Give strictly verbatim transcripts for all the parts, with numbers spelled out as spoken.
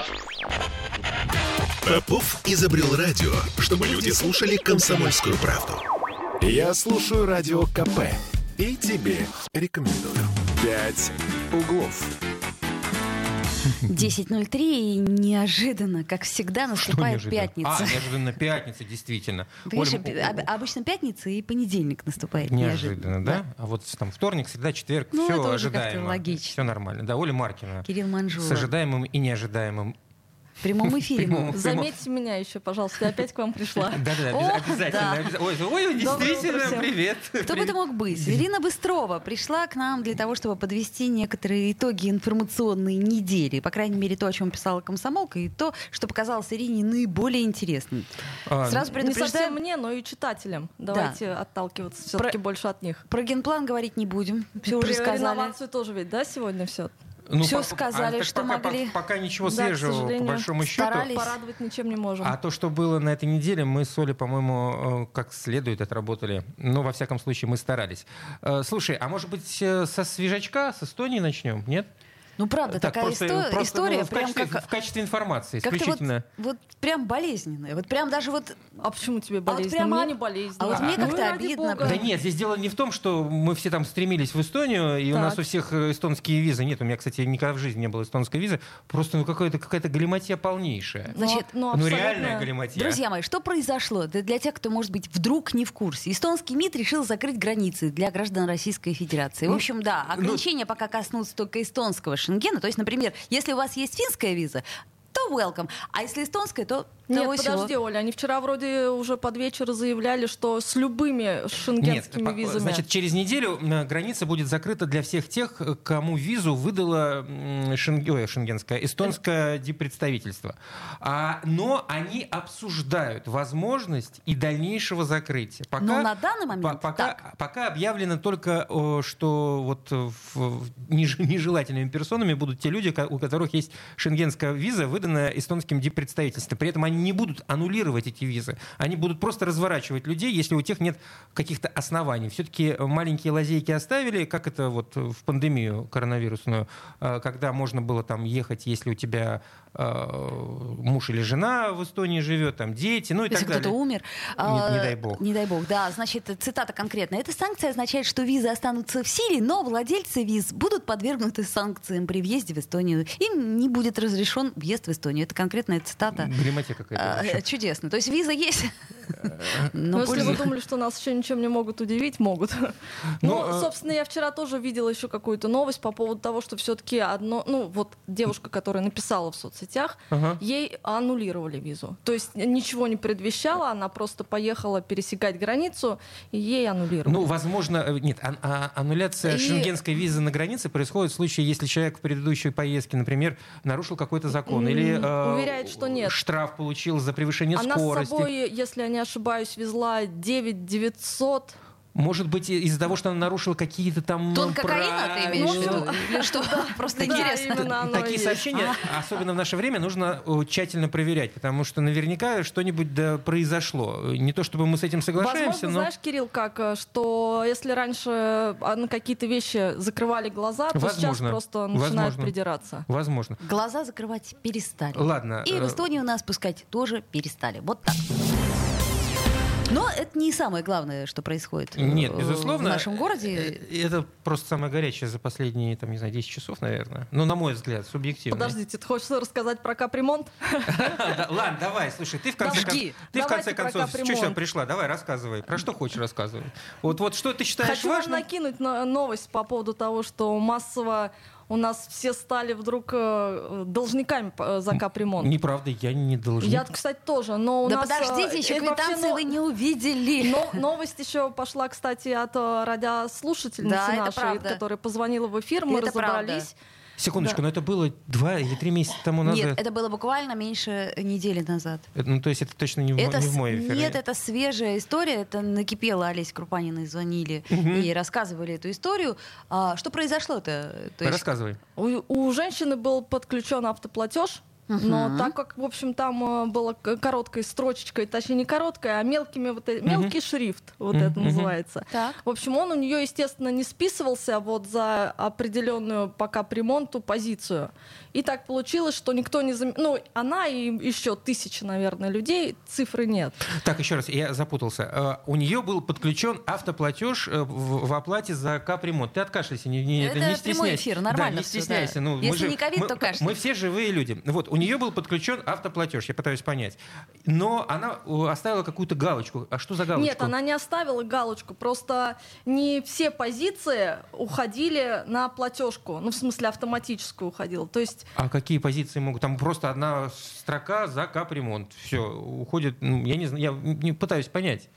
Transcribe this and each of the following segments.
Попов изобрел радио, чтобы люди слушали комсомольскую правду. Я слушаю радио КП и тебе рекомендую. «Пять углов». десять ноль три, и неожиданно, как всегда, наступает пятница. А, неожиданно пятница, действительно. Видишь, Оля, обычно пятница и понедельник наступает. Неожиданно, неожиданно, да? да? А вот там вторник, среда, четверг, ну, все это ожидаемо. Логично. Все нормально. Да, Оля Маркина. Кирилл Манжула. С ожидаемым и неожидаемым. В прямом эфире. Прямом, Заметьте прямом. Меня еще, пожалуйста, я опять к вам пришла. Да-да, обязательно. Ой, действительно, привет. Кто бы это мог быть? Ирина Быстрова пришла к нам для того, чтобы подвести некоторые итоги информационной недели. По крайней мере, то, о чем писала «Комсомолка», и то, что показалось Ирине наиболее интересным. Сразу предупреждаем. Не совсем мне, но и читателям. Давайте отталкиваться все-таки больше от них. Про генплан говорить не будем. Все уже сказали. Про реновацию тоже ведь, да, сегодня все? Ну, все по, сказали, а, что пока, могли. Пока, пока ничего свежего, да, по большому счету. Старались. Порадовать ничем не можем. А то, что было на этой неделе, мы с Олей, по-моему, как следует отработали. Ну, во всяком случае, мы старались. Слушай, а может быть, со свежачка, с Эстонии начнем, нет? Ну, правда, так, такая просто, исто- просто, история, ну, в, прям качестве, как... в качестве информации, исключительно. Вот, вот прям болезненная. Вот прям даже вот... А почему тебе болезненно? А вот прямо... Мне не болезненно. А вот а, мне ну, как-то обидно. Да нет, здесь дело не в том, что мы все там стремились в Эстонию, и так. У нас у всех эстонские визы. Нет, у меня, кстати, никогда в жизни не было эстонской визы. Просто ну, какая-то, какая-то галиматья полнейшая. Значит, ну, ну реальная галиматья. Друзья мои, что произошло? Да для тех, кто, может быть, вдруг не в курсе. Эстонский МИД решил закрыть границы для граждан Российской Федерации. В общем, да, ограничения ну, пока коснутся только эстонского Шенгена. То есть, например, если у вас есть финская виза, то welcome. А если эстонская, то Нет, того подожди, всего. Оля, они вчера вроде уже под вечер заявляли, что с любыми шенгенскими Нет, визами... Значит, через неделю граница будет закрыта для всех тех, кому визу выдало шенг... Ой, шенгенское, эстонское диппредставительство. А, но они обсуждают возможность и дальнейшего закрытия. Пока, но на данный момент по- пока, так. Пока объявлено только, что вот в... нежелательными персонами будут те люди, у которых есть шенгенская виза, выданная эстонским диппредставительством. При этом они не будут аннулировать эти визы. Они будут просто разворачивать людей, если у тех нет каких-то оснований. Все-таки маленькие лазейки оставили, как это вот в пандемию коронавирусную, когда можно было там ехать, если у тебя муж или жена в Эстонии живет, там дети, ну и если так далее. Если кто-то умер. Не, не дай бог. Не дай бог, да. Значит, цитата конкретная. Эта санкция означает, что визы останутся в силе, но владельцы виз будут подвергнуты санкциям при въезде в Эстонию. Им не будет разрешен въезд в Эстонию. Это конкретная цитата. Грамматика какая-то. А, чудесно. То есть виза есть. Но если вы думали, что нас еще ничем не могут удивить, могут. Ну, собственно, я вчера тоже видела еще какую-то новость по поводу того, что все-таки одно, ну вот девушка, которая написала в соцсетях, ей аннулировали визу. То есть ничего не предвещало, она просто поехала пересекать границу, и ей аннулировали. Ну, возможно, нет, а, а, аннуляция и... шенгенской визы на границе происходит в случае, если человек в предыдущей поездке, например, нарушил какой-то закон, или уверяет, что нет. Штраф получил за превышение она скорости. Она с собой, если я не ошибаюсь, везла девять девятьсот. Может быть, из-за того, что она нарушила какие-то там Тон кокаина, ты имеешь в виду? Или что? Просто интересно. Такие сообщения, особенно в наше время, нужно тщательно проверять, потому что наверняка что-нибудь да произошло. Не то чтобы мы с этим соглашаемся, возможно, но... знаешь, Кирилл, как, что если раньше на какие-то вещи закрывали глаза, то возможно, сейчас просто начинают возможно, придираться. Возможно. Глаза закрывать перестали. Ладно. И в Эстонию нас пускать тоже перестали. Вот так. Но это не самое главное, что происходит. Нет, безусловно, в нашем городе. Это просто самое горячее за последние, там, не знаю, десять часов, наверное. Ну, на мой взгляд, субъективно. Подождите, ты хочешь рассказать про капремонт? Ладно, давай, слушай, ты в конце концов, что сюда пришла? Давай, рассказывай. Про что хочешь рассказывать? Вот что ты считаешь важным? Хочу вам накинуть новость по поводу того, что массово у нас все стали вдруг э, должниками за капремонт. Неправда, я не должник. Я, кстати, тоже. Но у да нас, подождите, еще квитанции вообще, вы не увидели. Но новость еще пошла, кстати, от радиослушательницы да, нашей, которая позвонила в эфир, мы это разобрались. Правда. Секундочку, да. но это было два или три месяца тому назад. Нет, это было буквально меньше недели назад. Это, ну, то есть это точно не в, это не в мой эфир? Нет, это свежая история. Это накипело, Олесе Крупаниной звонили угу. и рассказывали эту историю. А, что произошло-то? То есть... Рассказывай. У, у женщины был подключен автоплатеж Uh-huh. Но так как, в общем, там было короткой строчечкой, точнее, не короткой, а мелкими, вот, uh-huh. мелкий шрифт, вот uh-huh. это называется. Так. В общем, он у нее, естественно, не списывался вот за определенную по капремонту позицию. И так получилось, что никто не зам... Ну, она и еще тысячи, наверное, людей, цифры нет. Так, еще раз, я запутался. У нее был подключен автоплатеж в, в оплате за капремонт. Ты откашляйся, не, не, это не стесняйся. Прямой эфир, нормально. Да, не все, стесняйся. Да. Ну, Если же, не ковид, мы, то кашляй. Мы все живые люди. Вот, у нее был подключен автоплатеж, я пытаюсь понять. Но она оставила какую-то галочку. А что за галочку? Нет, она не оставила галочку. Просто не все позиции уходили на платежку. Ну, в смысле, автоматическую уходила. То есть... А какие позиции могут? Там просто одна строка за капремонт. Все, уходит. Ну, я не знаю, я не пытаюсь понять.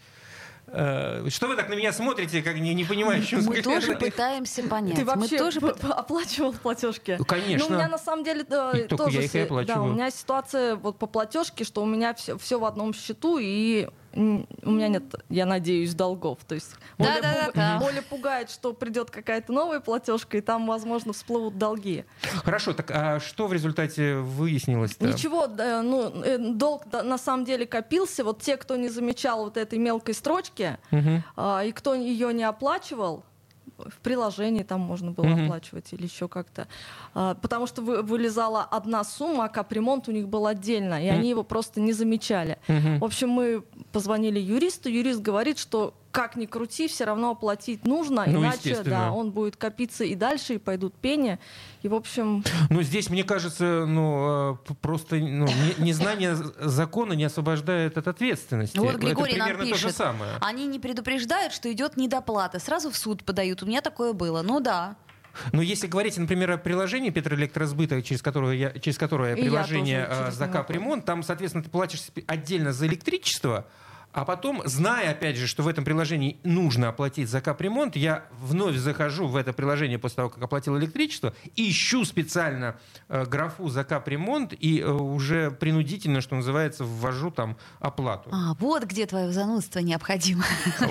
Что вы так на меня смотрите, как не, не понимающим Мы тоже пытаемся понять. Ты вообще Мы тоже... оплачивал платежки? Конечно. Ну, у меня на самом деле да, и только тоже... я их и оплачиваю. Да, у меня ситуация вот по платежке, что у меня все, все в одном счету, и у меня нет, я надеюсь, долгов. То есть да, Оля, да, пуг... да, да. Оля пугает, что придет какая-то новая платежка, и там, возможно, всплывут долги. Хорошо, так а что в результате выяснилось-то? Ничего, да, ну, долг да, на самом деле копился. Вот те, кто не замечал вот этой мелкой строчки, угу. а, и кто ее не оплачивал, в приложении там можно было mm-hmm. оплачивать или еще как-то. А, потому что вы, вылезала одна сумма, а капремонт у них был отдельно, и mm-hmm. они его просто не замечали. Mm-hmm. В общем, мы позвонили юристу, юрист говорит, что как ни крути, все равно оплатить нужно, ну, иначе да, он будет копиться и дальше, и пойдут пени. И, в общем... Ну, здесь, мне кажется, ну, просто ну, незнание закона не освобождает от ответственности. Вот Григорий Это нам пишет, то же самое. Они не предупреждают, что идет недоплата, сразу в суд подают. У меня такое было. Ну да. Но если говорить, например, о приложении Петроэлектросбыта, через которое, я, через которое приложение за капремонт, там, соответственно, ты платишь отдельно за электричество, а потом, зная, опять же, что в этом приложении нужно оплатить за капремонт, я вновь захожу в это приложение после того, как оплатил электричество, ищу специально э, графу за капремонт и э, уже принудительно, что называется, ввожу там оплату. А, вот где твое занудство необходимо.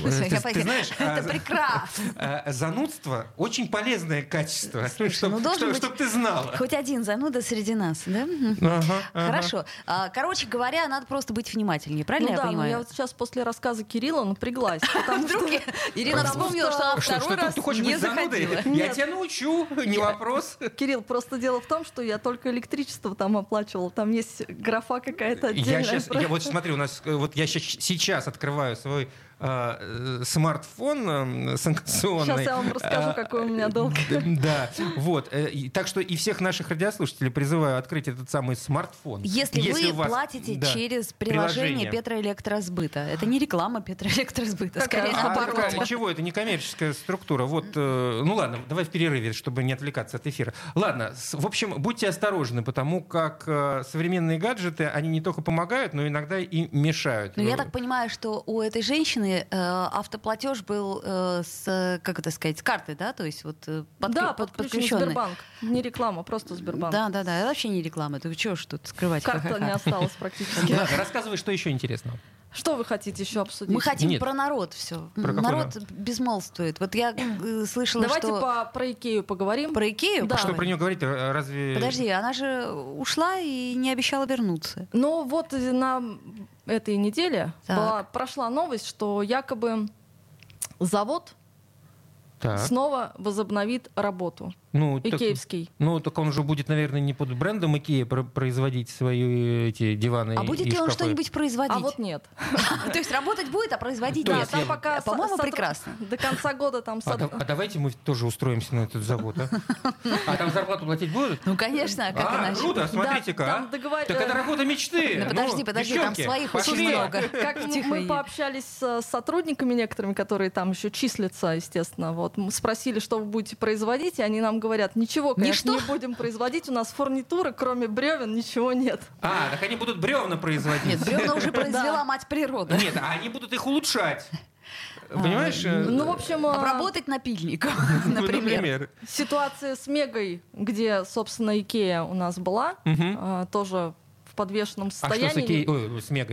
Ты знаешь, это прекрасно. Занудство — очень полезное качество, чтобы ты знала. Хоть один зануда среди нас, да? Хорошо. Короче говоря, надо просто быть внимательнее, правильно я понимаю? Я вот сейчас после рассказа Кирилла напряглась. Вдруг Ирина вспомнила, что она второй раз не заходила. Я тебя научу, не вопрос. Кирилл, просто дело в том, что я только электричество там оплачивала. Там есть графа какая-то отдельная. Я сейчас, я вот смотри, у нас, вот я сейчас открываю свой э, смартфон э, санкционный. Сейчас я вам расскажу, какой у меня долг. Да, вот. Так что и всех наших радиослушателей призываю открыть этот самый смартфон. Если вы платите через приложение Петроэлектросбыта. Это не реклама Петроэлектросбыта, скорее наоборот. А чего? Это не коммерческая структура. Вот, э, ну ладно, давай в перерыве, чтобы не отвлекаться от эфира. Ладно, с, в общем, будьте осторожны, потому как э, современные гаджеты, они не только помогают, но иногда и мешают. Но я так понимаю, что у этой женщины э, автоплатеж был э, с, как это сказать, с карты, да? То есть вот э, под, да, под, подключенный Сбербанк. Не реклама, просто Сбербанк. Да, да, да. Это вообще не реклама. Ты чего ж тут скрывать? Карта не осталась практически. Рассказывай, что еще интересного. Что вы хотите еще обсудить? Мы хотим Нет. про народ все. Про народ народ? безмолвствует. Вот я э, слышала, Давайте что... Давайте про Икею поговорим. Про Икею? Да. Что про нее говорить? Разве... Подожди, она же ушла и не обещала вернуться. Ну вот на этой неделе была, прошла новость, что якобы завод так. снова возобновит работу. Ну, икеевский. Так, ну, так он уже будет, наверное, не под брендом Икея производить свои эти диваны. А будет ли он что-нибудь производить? А вот нет. То есть работать будет, а производить да, нет. Там пока, по-моему, прекрасно. До конца года там... А, а давайте мы тоже устроимся на этот завод, а? А там зарплату платить будут? Ну, конечно, а как а, иначе? Круто, смотрите-ка. Да, а? договор... Так это работа мечты. Ну, подожди, подожди, девчонки, там своих пошли. очень много. Как мы пообщались с сотрудниками некоторыми, которые там еще числятся, естественно, вот, мы спросили, что вы будете производить, и они нам говорят, ничего, конечно, Ничто? не будем производить, у нас фурнитуры, кроме бревен, ничего нет. А, так они будут бревна производить. Нет, бревна уже произвела мать природа. Нет, а они будут их улучшать. Понимаешь? Ну, в общем... Обработать напильником, например. Ситуация с Мегой, где, собственно, Икея у нас была, тоже в подвешенном состоянии. А что с Икеей? Ой, с Мегой?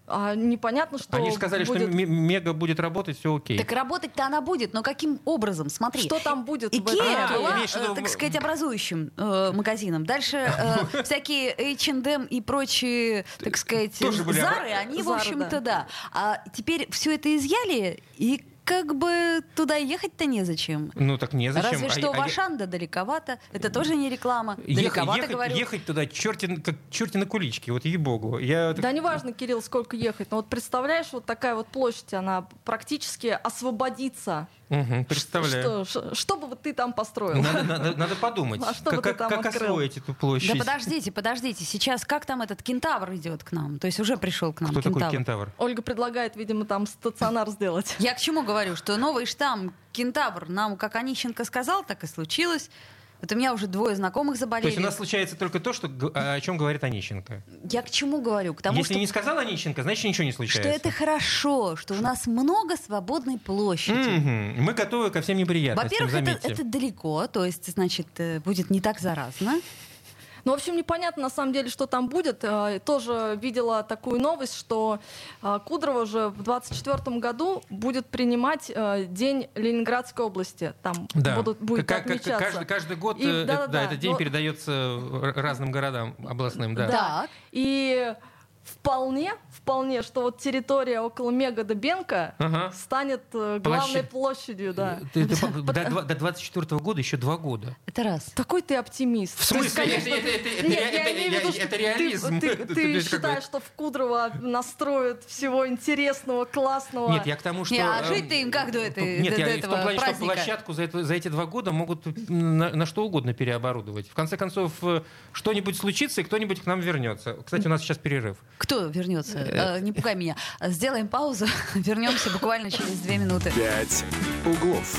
А непонятно, что Они же сказали, будет... что Мега будет работать, все окей. Так работать-то она будет, но каким образом? Смотри. Что там будет? Икея а, была, виду... так сказать, образующим э, магазином. Дальше э, всякие эйч энд эм и прочие, так сказать, Зары, они, в общем-то, да. А теперь все это изъяли, и как бы туда ехать-то незачем. Ну так незачем. Разве что а, в Ашан, да далековато. Это тоже не реклама. Далековато, ехать, говорю. Ехать туда черти, как черти на куличке, вот ей-богу. Я... Да неважно, Кирилл, сколько ехать. Но вот представляешь, вот такая вот площадь, она практически освободится. Угу, представляю. Что, что, что бы ты там построил? Надо, надо, надо подумать, а что как, бы ты там как освоить эту площадь. Да подождите, подождите. Сейчас как там этот кентавр идет к нам? То есть уже пришел к нам Кто кентавр. такой кентавр? Ольга предлагает, видимо, там стационар сделать. Я к чему говорю? Что новый штамм кентавр нам, как Онищенко сказал, так и случилось. Вот у меня уже двое знакомых заболели. То есть у нас случается только то, что, о чем говорит Онищенко. Я к чему говорю? К тому, Если что... не сказал Онищенко, значит ничего не случается. Что это хорошо, что у нас много свободной площади. Mm-hmm. Мы готовы ко всем неприятностям, Во-первых, это, заметьте. это далеко, то есть, значит, будет не так заразно. Ну, в общем, непонятно на самом деле, что там будет. Э, Тоже видела такую новость, что э, Кудрово же в двадцать четвёртом году будет принимать э, День Ленинградской области. Там Да. будут, будет Как- как- отмечаться. каждый, каждый год И- э, да, это- да, да, да. этот день Но- передается разным городам областным. Да. Так. И вполне, вполне, что вот территория около Мега-Добенко Ага. станет э, главной Площадь. площадью, да. Ты- ты по- до, два- до двадцать четвёртого года еще два года. Это раз. Такой ты оптимист. В То есть, смысле? конечно, Это- это- это- нет, это- я это- имею в виду, я- что это ты- реализм. Ты, Это, ты то есть, как бы- считаешь, что в Кудрово настроят всего интересного, классного. Нет, я к тому, что... Не, а э, жить-то им как до этой- Нет, до- я до в этого том плане, что праздника? площадку за, это- за эти два года могут на, на что угодно переоборудовать. В конце концов, э, что-нибудь случится, и кто-нибудь к нам вернется. Кстати, у нас сейчас перерыв. Кто вернется? Э, не пугай меня. Сделаем паузу, вернемся буквально через две минуты. «Пять углов».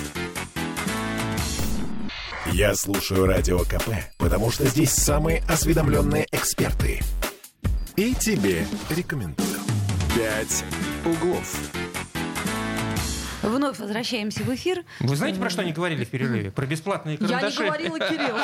Я слушаю Радио КП, потому что здесь самые осведомленные эксперты. И тебе рекомендую. «Пять углов». Вновь возвращаемся в эфир. Вы знаете, про что они говорили в перерыве? Про бесплатные Я не карандаши? говорила, Кирилл.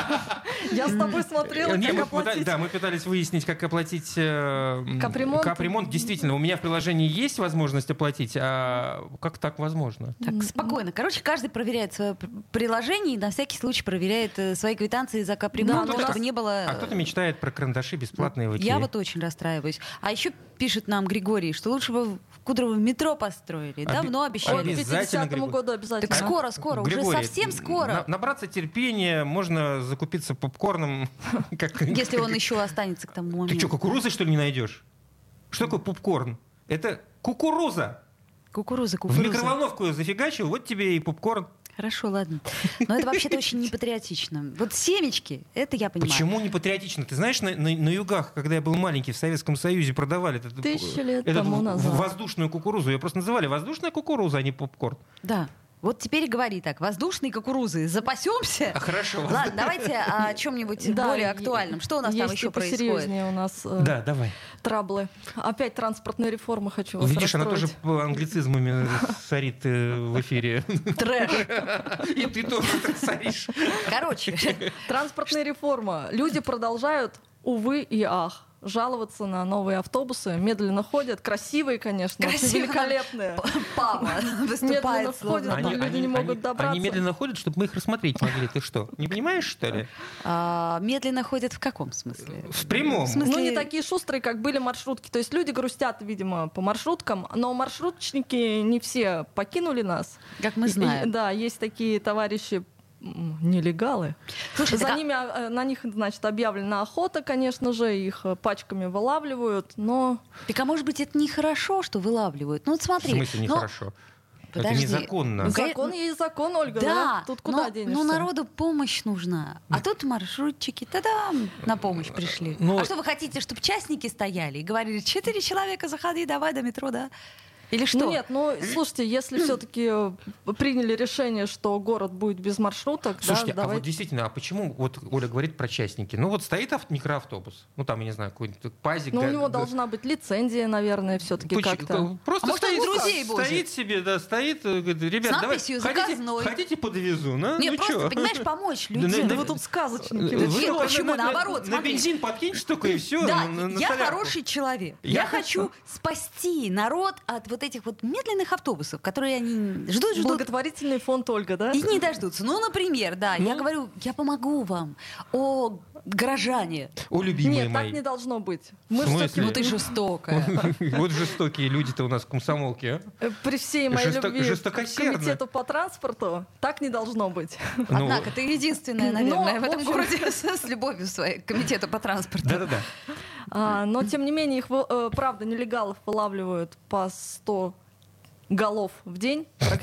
Я с тобой смотрела, Не, как мы оплатить. пыта- Да, мы пытались выяснить, как оплатить э, Капремонт. капремонт. Действительно, у меня в приложении есть возможность оплатить, а как так возможно? Так, спокойно. Короче, каждый проверяет свое п- приложение и на всякий случай проверяет э, свои квитанции за капремонт, Да, но чтобы нас- не было... А кто-то мечтает про карандаши бесплатные в Икее. Я вот очень расстраиваюсь. А еще пишет нам Григорий, что лучше бы в Кудрово метро построили. Давно Оби- обещали. Ой, к Обязательно, пятидесятому Григорий. году обязательно. Так скоро, скоро, уже Григорий, совсем на- скоро. набраться терпения, можно закупиться попкорном. как- Если он еще останется к тому Ты моменту. что, кукурузы, что ли, не найдешь? Что такое попкорн? Это кукуруза. Кукуруза, В кукуруза. микроволновку ее зафигачил, вот тебе и попкорн. Хорошо, ладно. Но это вообще-то очень непатриотично. Вот семечки, это я понимаю. Почему не патриотично? Ты знаешь, на, на- на югах, когда я был маленький, в Советском Союзе продавали этот, Тысячу лет этот тому в- назад. воздушную кукурузу. Ее просто называли воздушная кукуруза, а не попкорн. Да. Вот теперь и говори так. Воздушные кукурузы. Запасемся? А хорошо. Ладно, давайте о чем-нибудь Да, более и- актуальном. Что у нас там Есть еще и происходит? посерьезнее у нас э, Да, давай. траблы. Опять транспортная реформа хочу вас Видишь, она тоже расстроить. по англицизмами сорит э, в эфире. Трэш. И ты тоже так соришь. Короче, Транспортная реформа. Люди продолжают, увы и ах, жаловаться на новые автобусы. Медленно ходят. Красивые, конечно, очень Красиво. великолепные. папа Медленно выступает. входит, словно. Они- люди не могут добраться. Они медленно ходят, чтобы мы их рассмотреть могли. Ты что, не понимаешь, что ли? А, медленно ходят в каком смысле? В прямом. В смысле- Ну, не такие шустрые, как были маршрутки. То есть люди грустят, видимо, по маршруткам, но маршрутчники не все покинули нас. Как мы И- знаем. Да, есть такие товарищи м, нелегалы. Слушай, За так а- ними, а, на них, значит, объявлена охота, конечно же, их э, пачками вылавливают, но... Так а может быть, это нехорошо, что вылавливают? Ну вот В смотри. смысле ну, нехорошо? Это подожди. незаконно. Ну, Закон есть закон, Ольга, да? Да, Тут куда но, денешься? но народу помощь нужна. А тут маршрутчики, та-дам, на помощь пришли. Ну- А что вы хотите, чтобы частники стояли и говорили, четыре человека, заходи, давай до метро, да? Или что? Ну нет, ну слушайте, если все-таки приняли решение, что город будет без маршруток, слушайте, да, а давайте... вот действительно, а почему, вот Оля говорит про частники, ну вот стоит авто, микроавтобус, ну там, я не знаю, какой-нибудь пазик. Ну га- у него га- должна быть лицензия, наверное, все-таки Поч- как-то. Просто А может, стоит, он друзей стоит возит? себе, да, стоит, э, говорит, ребят, С давай, надписью хотите, «Заказной». хотите подвезу, ну, Не, ну просто, чё? понимаешь, помочь Да, людям. Да вы тут сказочники. Вы вы Нет, только почему? на- на- Наоборот, на смотри. бензин подкиньте только и все. Да, на, на я солярку. хороший человек. Я Я, хочу спасти народ от вот этих вот медленных автобусов, которые они ждут, ждут Благотворительный фонд Ольга, да? и не дождутся. Ну, например, да, я Ну? говорю, я помогу вам, о горожане. О, любимые Нет, мои. так не должно быть. Мы В смысле? всё-таки, Ну ты жестокая. Вот жестокие люди-то у нас в комсомолке. а. э, при всей моей Жесто- любви к жестокосердно. комитету по транспорту, так не должно быть. Ну, Однако ты единственная, наверное, Но, в этом в общем- городе с, с любовью своей к комитету по транспорту. Да-да-да. А, но, тем не менее, их, вы- э, правда, нелегалов вылавливают по сто голов в день прак-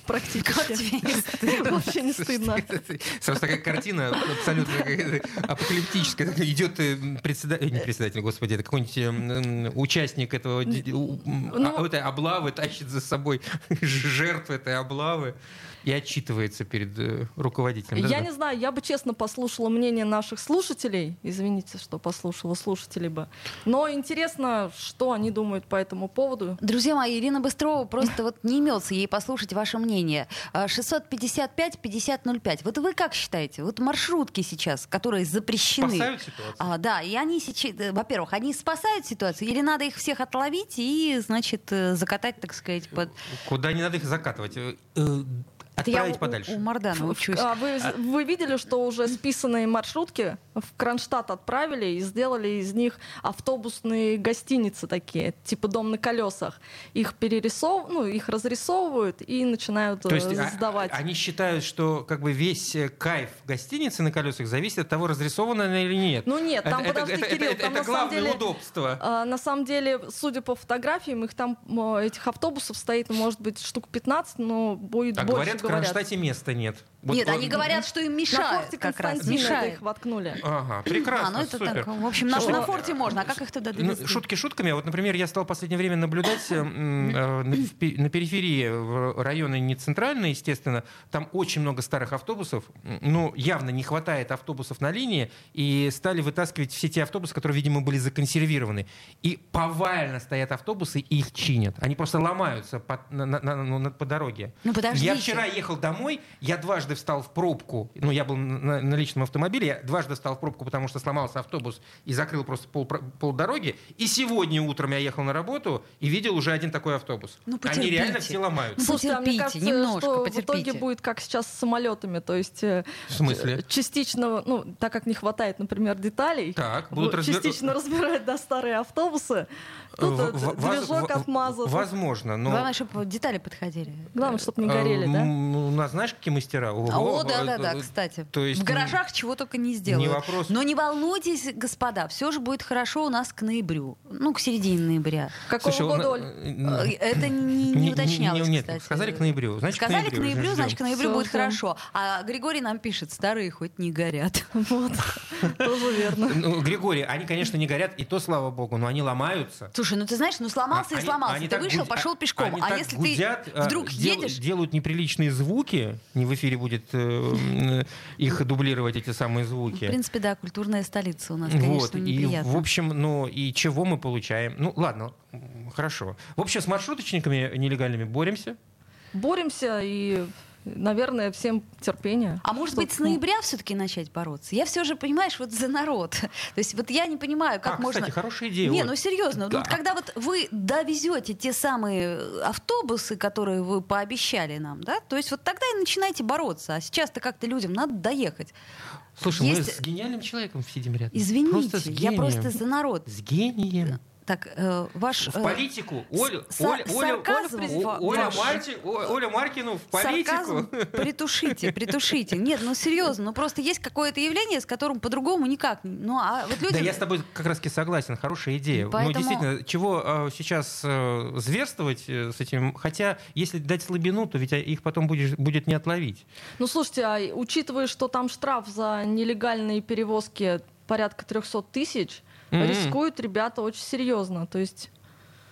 практически. Вообще не стыдно. Сразу такая картина абсолютно какая-то апокалиптическая. Идет э, председатель, э, не председатель, господи, это какой-нибудь э, м, участник этого, ди- ди- у- м, Ну- а- этой облавы, тащит за собой жертву этой облавы и отчитывается перед э, руководителем. Я Да-да. не знаю, я бы честно послушала мнение наших слушателей. Извините, что послушала слушателей бы. Но интересно, что они думают по этому поводу. Друзья мои, Ирина Быстрова просто вот не имется ей послушать ваше мнение. А, шестьсот пятьдесят пять пятьдесят ноль пять. Вот вы как считаете? Вот маршрутки сейчас, которые запрещены. Спасают ситуацию? А, да, и они сейчас, э, во-первых, они спасают ситуацию, или надо их всех отловить и, значит, э, закатать, так сказать, под... Куда не надо их закатывать? Э, э, Это я Отправить у- подальше. у Мардана учусь. А вы, вы видели, что уже списанные маршрутки в Кронштадт отправили и сделали из них автобусные гостиницы такие, типа дом на колесах. Их перерисов... ну, их разрисовывают и начинают То есть э, а- сдавать. они считают, что как бы весь э, кайф гостиницы на колесах зависит от того, разрисована она или нет. Ну нет, там, это, подожди, это, это- Кирилл, это- там это на самом главное деле... удобство. А, на самом деле, судя по фотографиям, их там, м, этих автобусов стоит, ну, может быть, штук пятнадцать, но будет А больше, говорят, в говорят. Кронштадте места нет. Вот- Нет, вот- они говорят, что им На мешают форте как раз. Константина это Мешает. их воткнули. Ага, прекрасно, А, ну это супер. так, в общем, на, Что- на форте можно, а как их туда Ну, довести? шутки шутками. А вот, например, я стал в последнее время наблюдать э, м, э, на, в пе- на периферии, в районы не центральные, естественно, там очень много старых автобусов. Ну, явно не хватает автобусов на линии, и стали вытаскивать все те автобусы, которые, видимо, были законсервированы. И повально стоят автобусы, и их чинят. Они просто ломаются по, на- на- на- ну, на- по дороге. Ну, подождите. Я вчера ехал домой, я дважды встал в пробку. Ну, я был на, на личном автомобиле, я дважды встал в пробку, потому что сломался автобус и закрыл просто пол, пол дороги. И сегодня утром я ехал на работу и видел уже один такой автобус. Ну, Они потерпите. реально все ломаются. Ну, Слушайте, а мне потерпите, кажется, немножко что потерпите. в итоге будет как сейчас с самолетами, то есть э, В смысле? частично, ну, так как не хватает, например, деталей, Так, будут в- разбир- частично разбирать, да, старые автобусы, тут В- э, в- воз- движок в- отмазан. Возможно, но... Главное, чтобы детали подходили. Главное, чтобы не э, горели, да? м, У нас знаешь, какие мастера? Ого, О, да, да, да, э, кстати. То есть В гаражах чего только не сделают. не вопрос. Но не волнуйтесь, господа, все же будет хорошо у нас к ноябрю. Ну, к середине ноября. Какого Слушай, года, он, Оль? э, Э, Это не, не уточнялось, Нет, кстати. сказали к ноябрю. Значит, Сказали к уже ноябрю, ждем. значит, к ноябрю Всё, будет ждем. хорошо. А Григорий нам пишет, старые хоть не горят. Вот, тоже верно. Ну, Григорий, они, конечно, не горят, и то, слава богу, но они ломаются. Слушай, ну ты знаешь, ну сломался А, и они- сломался. они Ты так вышел, гуд- пошел пешком. они А так если гудят, ты а, вдруг дел- едешь... делают неприличные звуки, не в эфире будет э, м, их дублировать, эти самые В звуки. принципе, да, культурная столица у нас, конечно, Вот, и неприятно. в общем, ну и чего мы получаем? Ну ладно, м, хорошо. В общем, с маршруточниками нелегальными боремся. Боремся и, наверное, всем терпения. А может Чтоб- быть, с ноября все-таки начать бороться? Я все же, понимаешь, вот за народ. То есть вот я не понимаю, как а, можно... кстати, хорошая идея. Не, Оль. ну серьезно, Да. вот когда вот вы довезете те самые автобусы, которые вы пообещали нам, да, то есть вот тогда и начинайте бороться. А сейчас-то как-то людям надо доехать. Слушай, мы есть- с гениальным человеком сидим рядом. Извините, Просто с я гением. просто за народ. С гением. Так, э, ваш... В э, политику. Оля, с- Оля, с- Оля, сарказм Оля, ва- Оля, ваш. Марти- О- Оля Маркину в политику. Сарказм притушите, притушите. Нет, ну серьезно, ну просто есть какое-то явление, с которым по-другому никак. Ну, а вот люди... Да, я с тобой как раз таки согласен, хорошая идея. Поэтому- Ну, действительно, чего э, сейчас э, зверствовать э, с этим? Хотя, если дать слабину, то ведь их потом будешь, будет не отловить. Ну, слушайте, а учитывая, что там штраф за нелегальные перевозки порядка трехсот тысяч, Мгм. рискуют ребята очень серьезно. То есть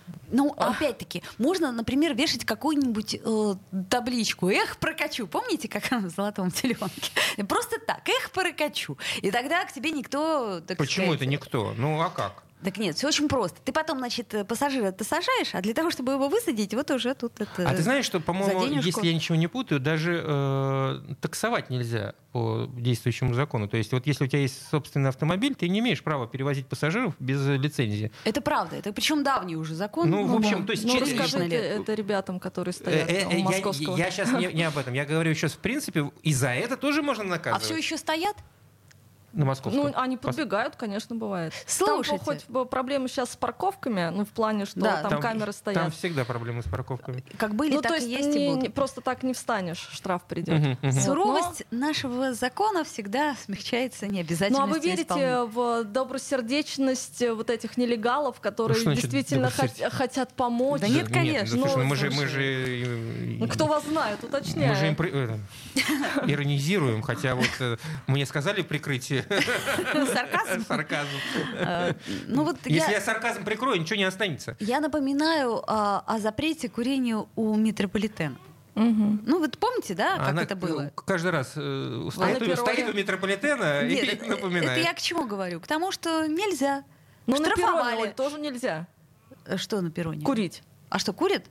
Ну, опять-таки, можно, например, вешать какую-нибудь э, табличку «Эх, прокачу». Помните, как в «Золотом теленке»? Просто так, «Эх, прокачу». И тогда к тебе никто... Так Почему сказать, это никто? Ну, а как? Так нет, все очень просто. Ты потом, значит, пассажира ты сажаешь, а для того, чтобы его высадить, вот уже тут это... А ты знаешь, что, по-моему, за денежку. если я ничего не путаю, даже э, таксовать нельзя по действующему закону. То есть вот если у тебя есть собственный автомобиль, ты не имеешь права перевозить пассажиров без лицензии. Это правда. Это причем давний уже закон. Ну, в общем, то есть... Ну, через- расскажите это ребятам, которые стоят Э, э, у я- московского. Я сейчас не, не об этом. Я говорю сейчас в принципе, и за это тоже можно А наказывать. все еще стоят? На московском. Ну, они подбегают, конечно, бывает. Слушайте. Там хоть бы проблемы сейчас с парковками, ну, в плане, что Да, там, камеры стоят. Там всегда проблемы с парковками. Как были, Ну, так то и есть есть не- и не- будут. просто так не встанешь, штраф придет. Мгм, мгм. Вот, Суровость нашего закона всегда смягчается Ну, а необязательностью вы верите исполнения. в добросердечность вот этих нелегалов, которые Ну, что значит действительно хот- добросердечность? хотят помочь? Да нет, конечно. ну, слушай, ну, Ну, мы же, мы слушай. же, э, Ну, кто вас знает, уточняю. мы же импри- э, иронизируем, хотя вот э, мне сказали прикрытие Сарказм? сарказм. Э, Ну вот Если я... я сарказм прикрою, ничего не останется. Я напоминаю а, о запрете курения у метрополитена. Мгм. Ну, вот помните, да, как Она это было? каждый раз э, стоит, на перроне? стоит у метрополитена Нет, и это, напоминает. это я к чему говорю? К тому, что нельзя. Ну, на перроне, Штрафовали. Оль, тоже нельзя Э, Что на перроне? курить. А что, курят?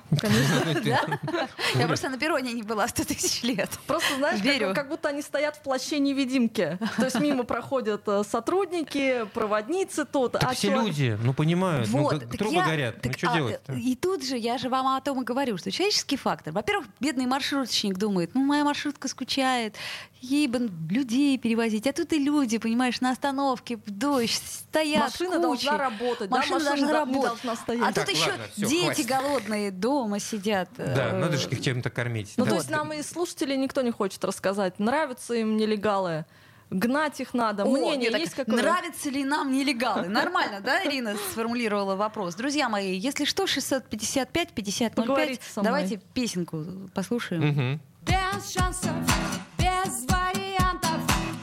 Конечно. Я просто на перроне не была сто тысяч лет. Просто, знаешь, Верю. как, как будто они стоят в плаще невидимки. То есть мимо проходят э, сотрудники, проводницы тут. Так а все чё- люди, ну понимают, ну, Вот, г- так трубы я- горят, ну так, что а, делать-то? И тут же я же вам о том и говорю, что человеческий фактор. Во-первых, бедный маршруточник думает, ну моя маршрутка скучает, ей бы людей перевозить, а тут и люди, понимаешь, на остановке, в дождь, стоят Машина кучей. должна работать, да, Машина машина должна да- не работать. должна стоять. А Так, тут еще ладно, всё, дети хватит. голодные дома сидят. Да, э, надо же их чем-то кормить. Ну, Да. то Вот. есть нам и слушателей никто не хочет рассказать, нравятся им нелегалы, гнать их надо. О, Мнение нет, так есть какое? нравятся ли нам нелегалы? Нормально, да, Ирина сформулировала вопрос. Друзья мои, если что, шестьсот пятьдесят пять пятьдесят ноль пять, Поговорите со мной. давайте песенку послушаем. Мгм. Без шансов, без вариантов,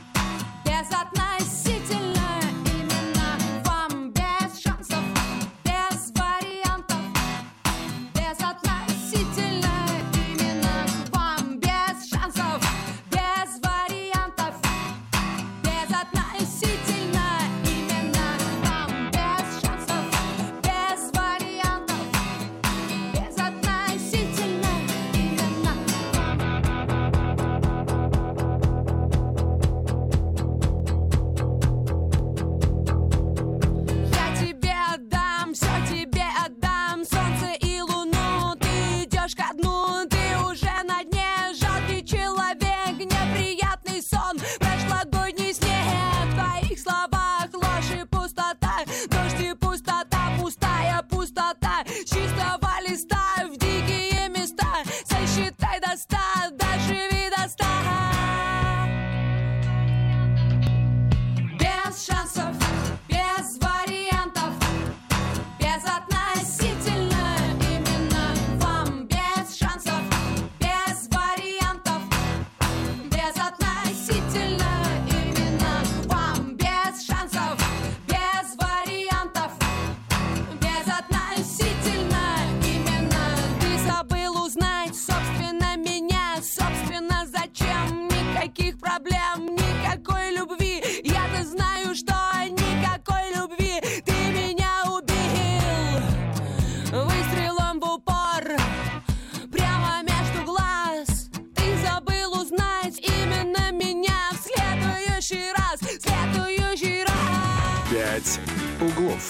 безотносительно именно вам. Без шансов, без вариантов, безотносительно именно вам. Без шансов, без вариантов, безотносительно именно вам. Без шансов, без вариантов, безотносительно именно вам. Я тебе отдам, все тебе отдам, солнце и луну. Ты идешь ко дну, ты уже на дне. Жалкий человек, неприятный сон, прошлогодний снег. В твоих словах ложь и пустота, дождь и пустота, пустая пустота. С чистого листа в дикие места, сосчитай до ста, доживи до ста. Без шансов, без вариантов, безотносительно именно вам. Без шансов, без вариантов, безотносительно именно вам. Без шансов, без вариантов, безотносительно именно. Ты забыл узнать, собственно, меня, собственно, зачем? Никаких проблем, никакой любви. Я-то знаю, что никакой любви. Ты меня убил выстрелом в упор, прямо между глаз. Ты забыл узнать именно меня. В следующий раз, в следующий раз. «Пять углов».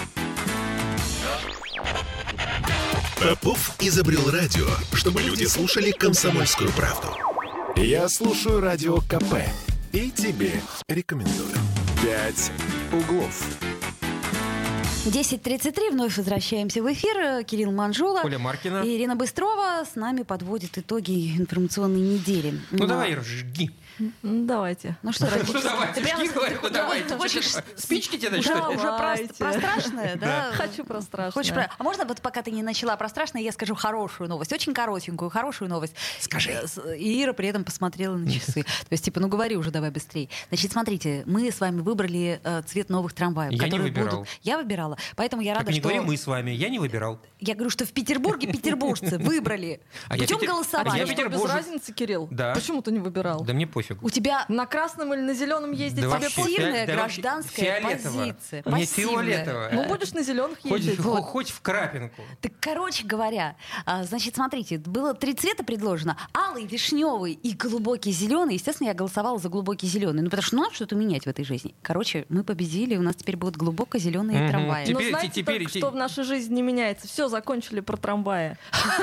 Попов изобрел радио, чтобы люди слушали комсомольскую правду. Я слушаю радио КП и тебе рекомендую. «Пять углов». десять тридцать три, вновь возвращаемся в эфир. Кирилл Манжула Оля Маркина. и Ирина Быстрова с нами подводит итоги информационной недели. Ну давай, Ир, жги. Ну, давайте. Ну что, Ну давайте, ты прямо- жги, говорю, ты- давайте. ты хочешь Спички тебе дать, уже, что ли? уже про, Давайте. про страшное, да? Хочу про страшное. Хочешь про... А можно вот пока ты не начала про страшное, я скажу хорошую новость, очень коротенькую, хорошую новость. Скажи. Э, с- И Ира при этом посмотрела на часы. То есть, типа, ну говори уже, давай быстрее. Значит, смотрите, мы с вами выбрали э, цвет новых трамваев. Я не которые выбирал. будут- Я выбирала, поэтому я Так рада, не что... говори мы с вами, я не выбирал. Я говорю, что в Петербурге петербуржцы выбрали. А я Путем питер- А голосования. я тебе что, без петербуржец. разницы, Кирилл? Да. Почему ты не выбирал? Да мне пофигу. У тебя На красном или на зеленом ездить Да тебе вообще, пофиг? пассивная фиа- да вообще гражданская фиолетово. позиция. Мне Пассивная. фиолетово. Ну, будешь на зеленых Хоть, ездить. в- хоть в крапинку. Так, короче говоря, а, значит, смотрите, было три цвета предложено. Алый, вишневый и глубокий зеленый. Естественно, я голосовала за глубокий зеленый. Ну, потому что надо что-то менять в этой жизни. Короче, мы победили, у нас теперь будут глубоко зеленые Мгм. трамваи. Теперь- Но знаете теперь- только, те- что в нашей жизни не меняется? Все, закончили про трамваи.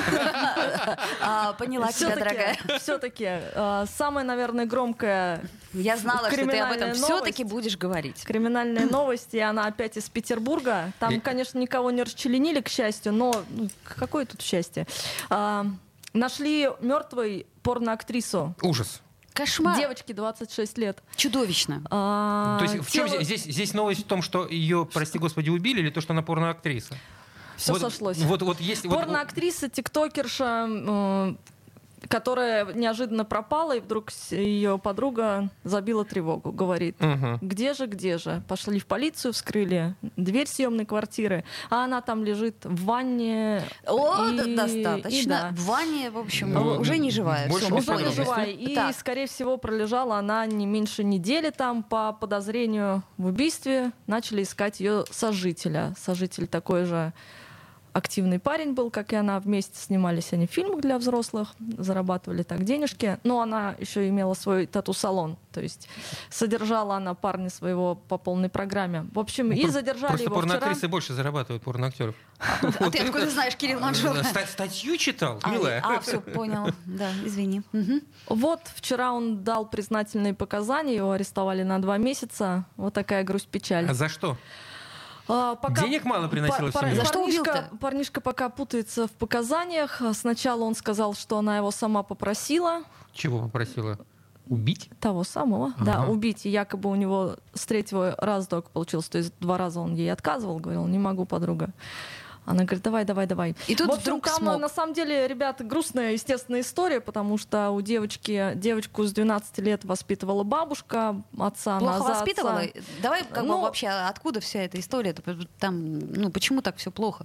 А, поняла тебя, дорогая. Все-таки самая, наверное, громкая Я знала, что ты об этом криминальная все-таки новость. будешь говорить. криминальная новость, и она опять из Петербурга. Там, И- конечно, никого не расчленили, к счастью, но ну, какое тут счастье? А, нашли мертвой порноактрису. Ужас. Кошмар. Девочке двадцать шесть лет. Чудовищно. А, То есть в чем тело- здесь, здесь новость в том, что ее, прости господи, убили, или то, что она порноактриса? Всё вот, сошлось. Вот, вот есть... вот- Порноактриса, тиктокерша, э, которая неожиданно пропала, и вдруг ее подруга забила тревогу. Говорит, Мгм. где же, где же? Пошли в полицию, вскрыли дверь съемной квартиры, а она там лежит в ванне. О, и- да- достаточно. и да. В ванне, в общем, Ну, уже не живая. больше Всё, без Уже мы не поняли. подробностей. живая. И, Так. скорее всего, пролежала она не меньше недели там по подозрению в убийстве. Начали искать ее сожителя. Сожитель такой же активный парень был, как и она. Вместе снимались они в фильмах для взрослых, зарабатывали так денежки. Но она еще имела свой тату-салон. То есть содержала она парня своего по полной программе. В общем, и Пр- задержали Просто его вчера. порноактрисы больше зарабатывают порноактеров. А ты откуда знаешь, Кирилл Манжула? Ста- Статью читал, А, милая. а, все, понял. Да, извини. Мгм. Вот вчера он дал признательные показания, его арестовали на два месяца. Вот такая грусть-печаль. А за что? А, пока Денег мало приносила в пар- семью? За что парнишка, убил-то? парнишка пока путается в показаниях. Сначала он сказал, что она его сама попросила. Чего попросила? Убить? Того самого. Ага. Да, убить. И якобы у него с третьего раза только получилось. То есть два раза он ей отказывал, говорил, не могу, подруга. Она говорит, давай, давай, давай. И тут в общем, вдруг там, смог. на самом деле, ребята, грустная, естественная история, потому что у девочки, девочку с двенадцати лет воспитывала бабушка, отца Плохо она за воспитывала? отца. Давай как бы Ну, вообще, откуда вся эта история? Там, ну, почему так все плохо?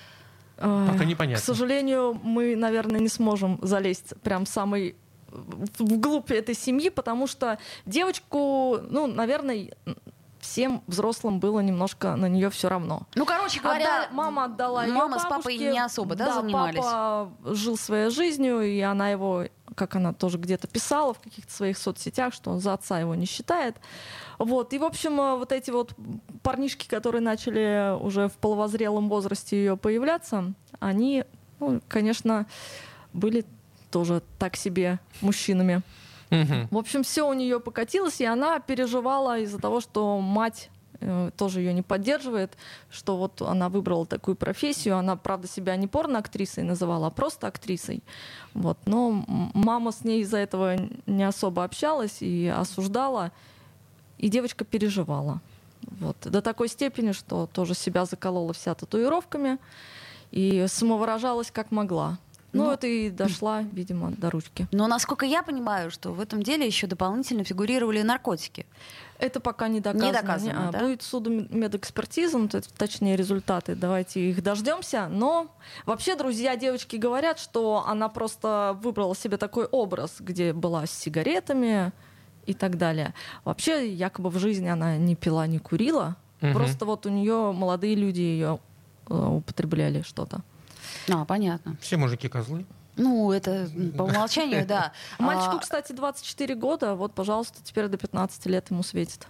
Э, Пока непонятно. К сожалению, мы, наверное, не сможем залезть прям самый вглубь этой семьи, потому что девочку, ну, наверное, всем взрослым было немножко на нее все равно. Ну, короче говоря, Отда- мама отдала её мама с папой бабушке. не особо, да, занимались? Папа жил своей жизнью, и она его, как она тоже где-то писала в каких-то своих соцсетях, что он за отца его не считает. Вот. И, в общем, э, вот эти вот парнишки, которые начали уже в половозрелом возрасте ее появляться, они, ну, конечно, были тоже так себе мужчинами. Мгм. В общем, все у нее покатилось, и она переживала из-за того, что мать э, тоже ее не поддерживает, что вот она выбрала такую профессию. Она, правда, себя не порноактрисой называла, а просто актрисой. Вот. Но м- мама с ней из-за этого не особо общалась и осуждала, и девочка переживала. Вот. До такой степени, что тоже себя заколола вся татуировками и самовыражалась как могла. Ну, Ну, это и дошла, видимо, до ручки. Но, насколько я понимаю, что в этом деле еще дополнительно фигурировали наркотики. Это пока не доказано. Не доказано, А, да? Будет судмедэкспертиза, ну, т- точнее результаты. Давайте их дождемся. Но вообще, друзья, девочки говорят, что она просто выбрала себе такой образ, где была с сигаретами и так далее. Вообще, якобы в жизни она не пила, не курила. Мгм. Просто вот у нее молодые люди ее э, употребляли что-то. А, понятно. Все мужики козлы. Ну, это м, по умолчанию, да. Мальчику, А, кстати, двадцать четыре года. Вот, пожалуйста, теперь до пятнадцати лет ему светит.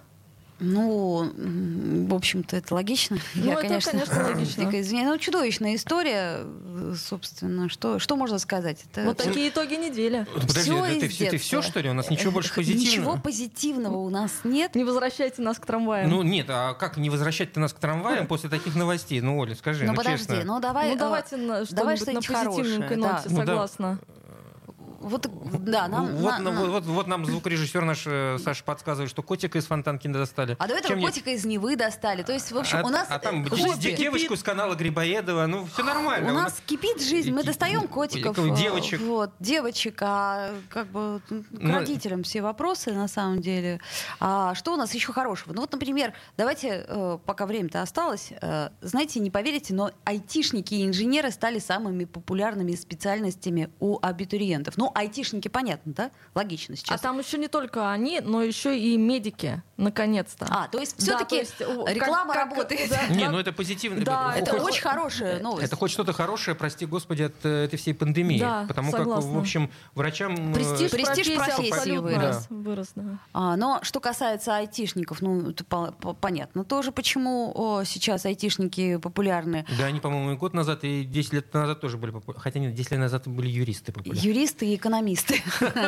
Ну, м, в общем-то, это логично. Ну, Я, это, конечно, конечно, логично. дико извиняюсь. Ну, чудовищная история, э, собственно. Что, что можно сказать? Это Вот такие итоги недели. Подожди, всё да ты, из ты, ты детства. все, что ли? У нас ничего больше Ничего позитивного. позитивного у нас нет. Не возвращайте нас к трамваям. Ну нет, а как не возвращать-то нас к трамваям после таких новостей? Ну, Оля, скажи, Ну, ну подожди, честно. ну давай... Ну э, давайте на давай что-нибудь на что-нибудь позитивненькой хорошее, ноте, да. Ну, да. согласна. вот, да, нам... Вот, на, вот, на... вот, вот нам звукорежиссер наш Саша подсказывает, что котика из Фонтанки достали. А до этого Чем котика не... из Невы достали. То есть, в общем, а, у нас... А там хобби. девочку с канала Грибоедова, ну, все нормально. У нас кипит жизнь, мы достаем котиков. Девочек. Вот, девочек, а как бы к ну, родителям все вопросы, на самом деле. А что у нас еще хорошего? Ну вот, например, давайте, э, пока время-то осталось, э, знаете, не поверите, но айтишники и инженеры стали самыми популярными специальностями у абитуриентов. Ну, айтишники, понятно, да? Логично сейчас. А там еще не только они, но еще и медики, наконец-то. А, то есть все-таки да, реклама как, работает. Да, не, да, ну это позитивно. Да, это хоть, очень хорошая новость. Это хоть что-то хорошее, прости господи, от этой всей пандемии. Да, потому согласна. как, в общем, врачам... Престиж, Престиж профессии, профессии вырос. Да. вырос да. а, но что касается айтишников, ну, это по- по- понятно тоже, почему о, сейчас айтишники популярны. Да, они, по-моему, и год назад, и десять лет назад тоже были популярны. Хотя нет, десять лет назад были юристы популярны. Юристы и экономисты.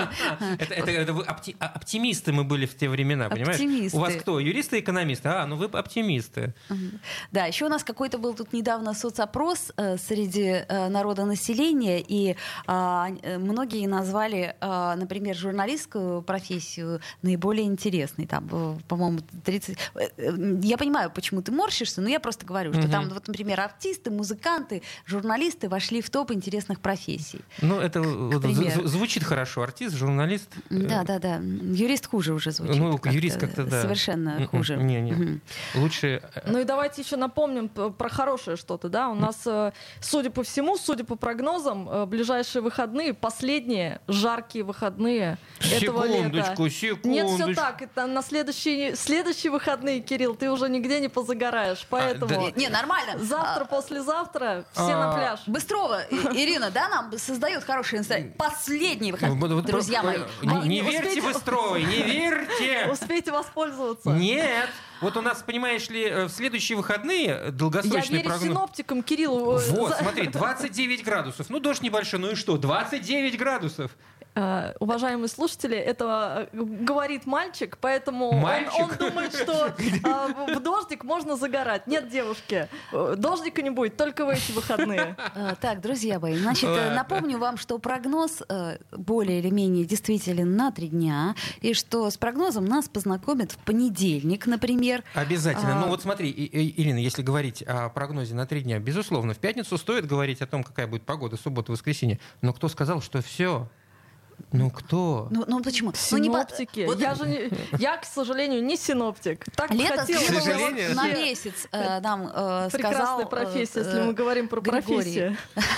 Это вы оптимисты мы были в те времена, понимаешь? У вас кто? Юристы и экономисты? А, ну вы оптимисты. Да, еще у нас какой-то был тут недавно соцопрос среди народонаселения, и многие назвали, например, журналистскую профессию наиболее интересной. Там, по-моему, тридцать... Я понимаю, почему ты морщишься, но я просто говорю, что там, вот, например, артисты, музыканты, журналисты вошли в топ интересных профессий. Ну, это звучит хорошо. Артист, журналист. Да, да, да. Юрист хуже уже звучит. Ну, как-то юрист как-то, да. Совершенно хуже. Не, не. Угу. Лучше... Ну и давайте еще напомним про хорошее что-то, да? У нас, судя по всему, судя по прогнозам, ближайшие выходные, последние жаркие выходные этого лета. Секундочку, секундочку. Нет, все так. Это на следующие, следующие выходные, Кирилл, ты уже нигде не позагораешь. Поэтому... А, да. Не, нормально. Завтра, а, послезавтра все а, на пляж. Быстрова Ирина, да, нам создает хорошее настроение. Последний выход, друзья мои. Не, не верьте Быстровой, не верьте! Успейте воспользоваться. Нет! Вот у нас, понимаешь ли, в следующие выходные долгосрочный прогноз... Я верю прогноз... синоптикам, Кирилл. Вот, смотри, двадцать девять градусов. Ну, дождь небольшой, ну и что? двадцать девять градусов. Uh, уважаемые слушатели, это говорит мальчик, поэтому мальчик? Он, он думает, что uh, в дождик можно загорать. Нет, девушки, дождика не будет, только в эти выходные. Uh, так, друзья мои, значит, напомню вам, что прогноз uh, более или менее действителен на три дня, и что с прогнозом нас познакомят в понедельник, например. Обязательно. Uh, ну вот смотри, и, и, Ирина, если говорить о прогнозе на три дня, безусловно, в пятницу стоит говорить о том, какая будет погода, суббота, воскресенье. Но кто сказал, что все... Ну кто? Ну, ну почему? Синоптики. Ну, не... вот... я, же не... я, к сожалению, не синоптик. Так Лето скинуло на месяц э, нам э, прекрасная сказал... профессия, э, если мы говорим про профессию.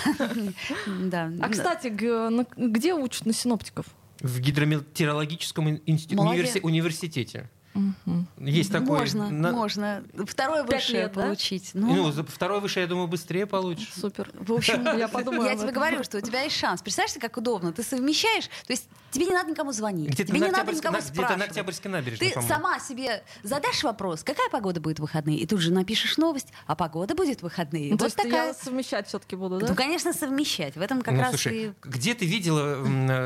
Да. А, кстати, где учат на синоптиков? В гидрометеорологическом университете. Угу. Есть такой... Можно, на... можно. Второе высшее лет, получить. Да? Ну, ну, второе высшее, я думаю, быстрее получишь. Супер. В общем, я подумала. Я тебе говорю, что у тебя есть шанс. Представляешь, как удобно. Ты совмещаешь, то есть тебе не надо никому звонить. Где-то тебе на не надо никому на, спрашивать. Где-то на Октябрьской набережной, Ты по-моему. сама себе задашь вопрос, какая погода будет в выходные, и тут же напишешь новость, а погода будет в выходные. Ну, вот то есть такая. Я совмещать все-таки буду, да? Ну, конечно, совмещать. В этом как ну, раз слушай, и... где ты видела,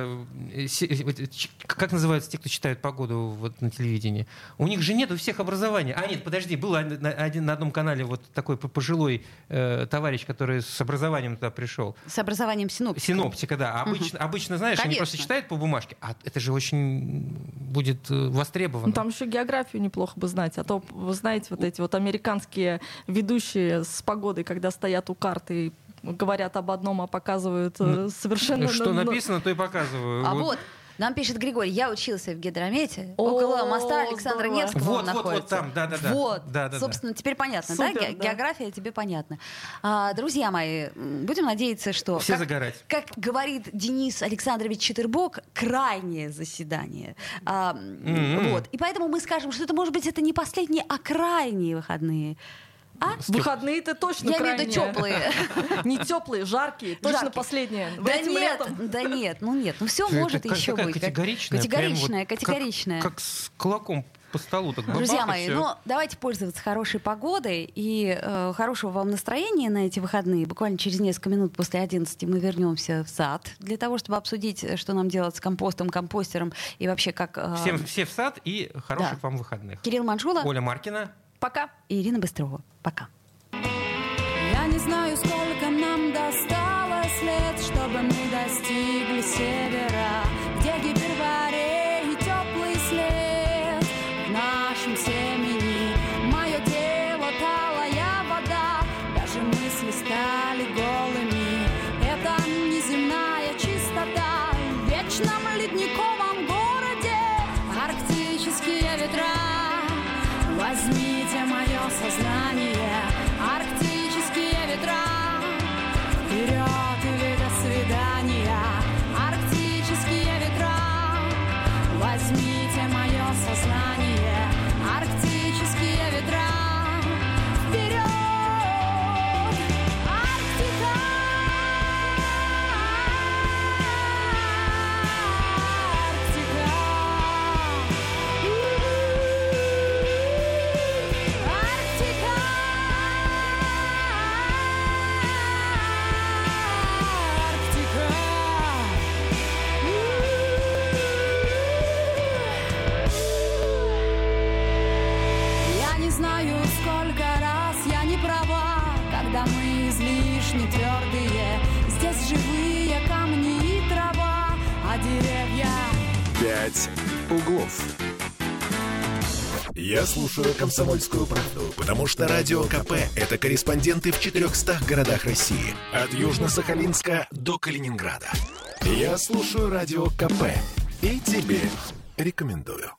как называются те, кто читают погоду вот, на телевидении? У них же нет у всех образования. А, нет, подожди, был на, один, на одном канале вот такой пожилой э, товарищ, который с образованием туда пришел. С образованием синоптика. Синоптика, да. Обычно, угу. обычно знаешь, Конечно. они просто читают по бумажке, а это же очень будет востребовано. Ну, там еще географию неплохо бы знать, а то, вы знаете, вот эти вот американские ведущие с погодой, когда стоят у карты и говорят об одном, а показывают ну, совершенно... Что написано, то и показываю. А вот... вот. Нам пишет Григорий, я учился в гидромете, О, около моста Александра здорово. Невского вот, находится. Вот, вот там, да-да-да. Вот, да, да, собственно, да. теперь понятно, Супер, да? да? География тебе понятна. А, друзья мои, будем надеяться, что... Все как, загорать. Как говорит Денис Александрович Четырбок, крайнее заседание. А, mm-hmm. Вот. И поэтому мы скажем, что это, может быть, это не последние, а крайние выходные. А? Выходные-то точно Я крайние. имею в виду теплые. Не теплые, жаркие. Точно жаркие. Последние. Да нет, да нет, ну нет. Ну все может еще быть. Категоричная. Категоричная, вот категоричная. Как, как с кулаком по столу. Так Друзья мои, все. ну давайте пользоваться хорошей погодой и э, хорошего вам настроения на эти выходные. Буквально через несколько минут после одиннадцати мы вернемся в сад для того, чтобы обсудить, что нам делать с компостом, компостером и вообще как... Э... Всем все в сад и хороших да. вам выходных. Кирилл Манжула. Оля Маркина. Пока. И Ирина Быстрова. Пока. Я не знаю, сколько нам досталось лет, чтобы чтобы мы достигли севера, где гипербореи и теплый след в нашем семени. Мое тело талая вода, даже мысли стали голыми. Это неземная чистота в вечном ледниковом городе. Арктические ветра, возьмите мое сознание. Арктические ветра, вперед или до свидания. Арктические ветра, возьмите мое сознание. Арктические ветра, вперед! Арктика! Арктика! Арктика! Я не знаю, сколько раз я не права, когда мы излишне твердые. Здесь живые камни и трава, а деревья... «Пять углов». Я слушаю «Комсомольскую правду», потому что Радио КП — это корреспонденты в четырехстах городах России. От Южно-Сахалинска до Калининграда. Я слушаю Радио КП и тебе рекомендую.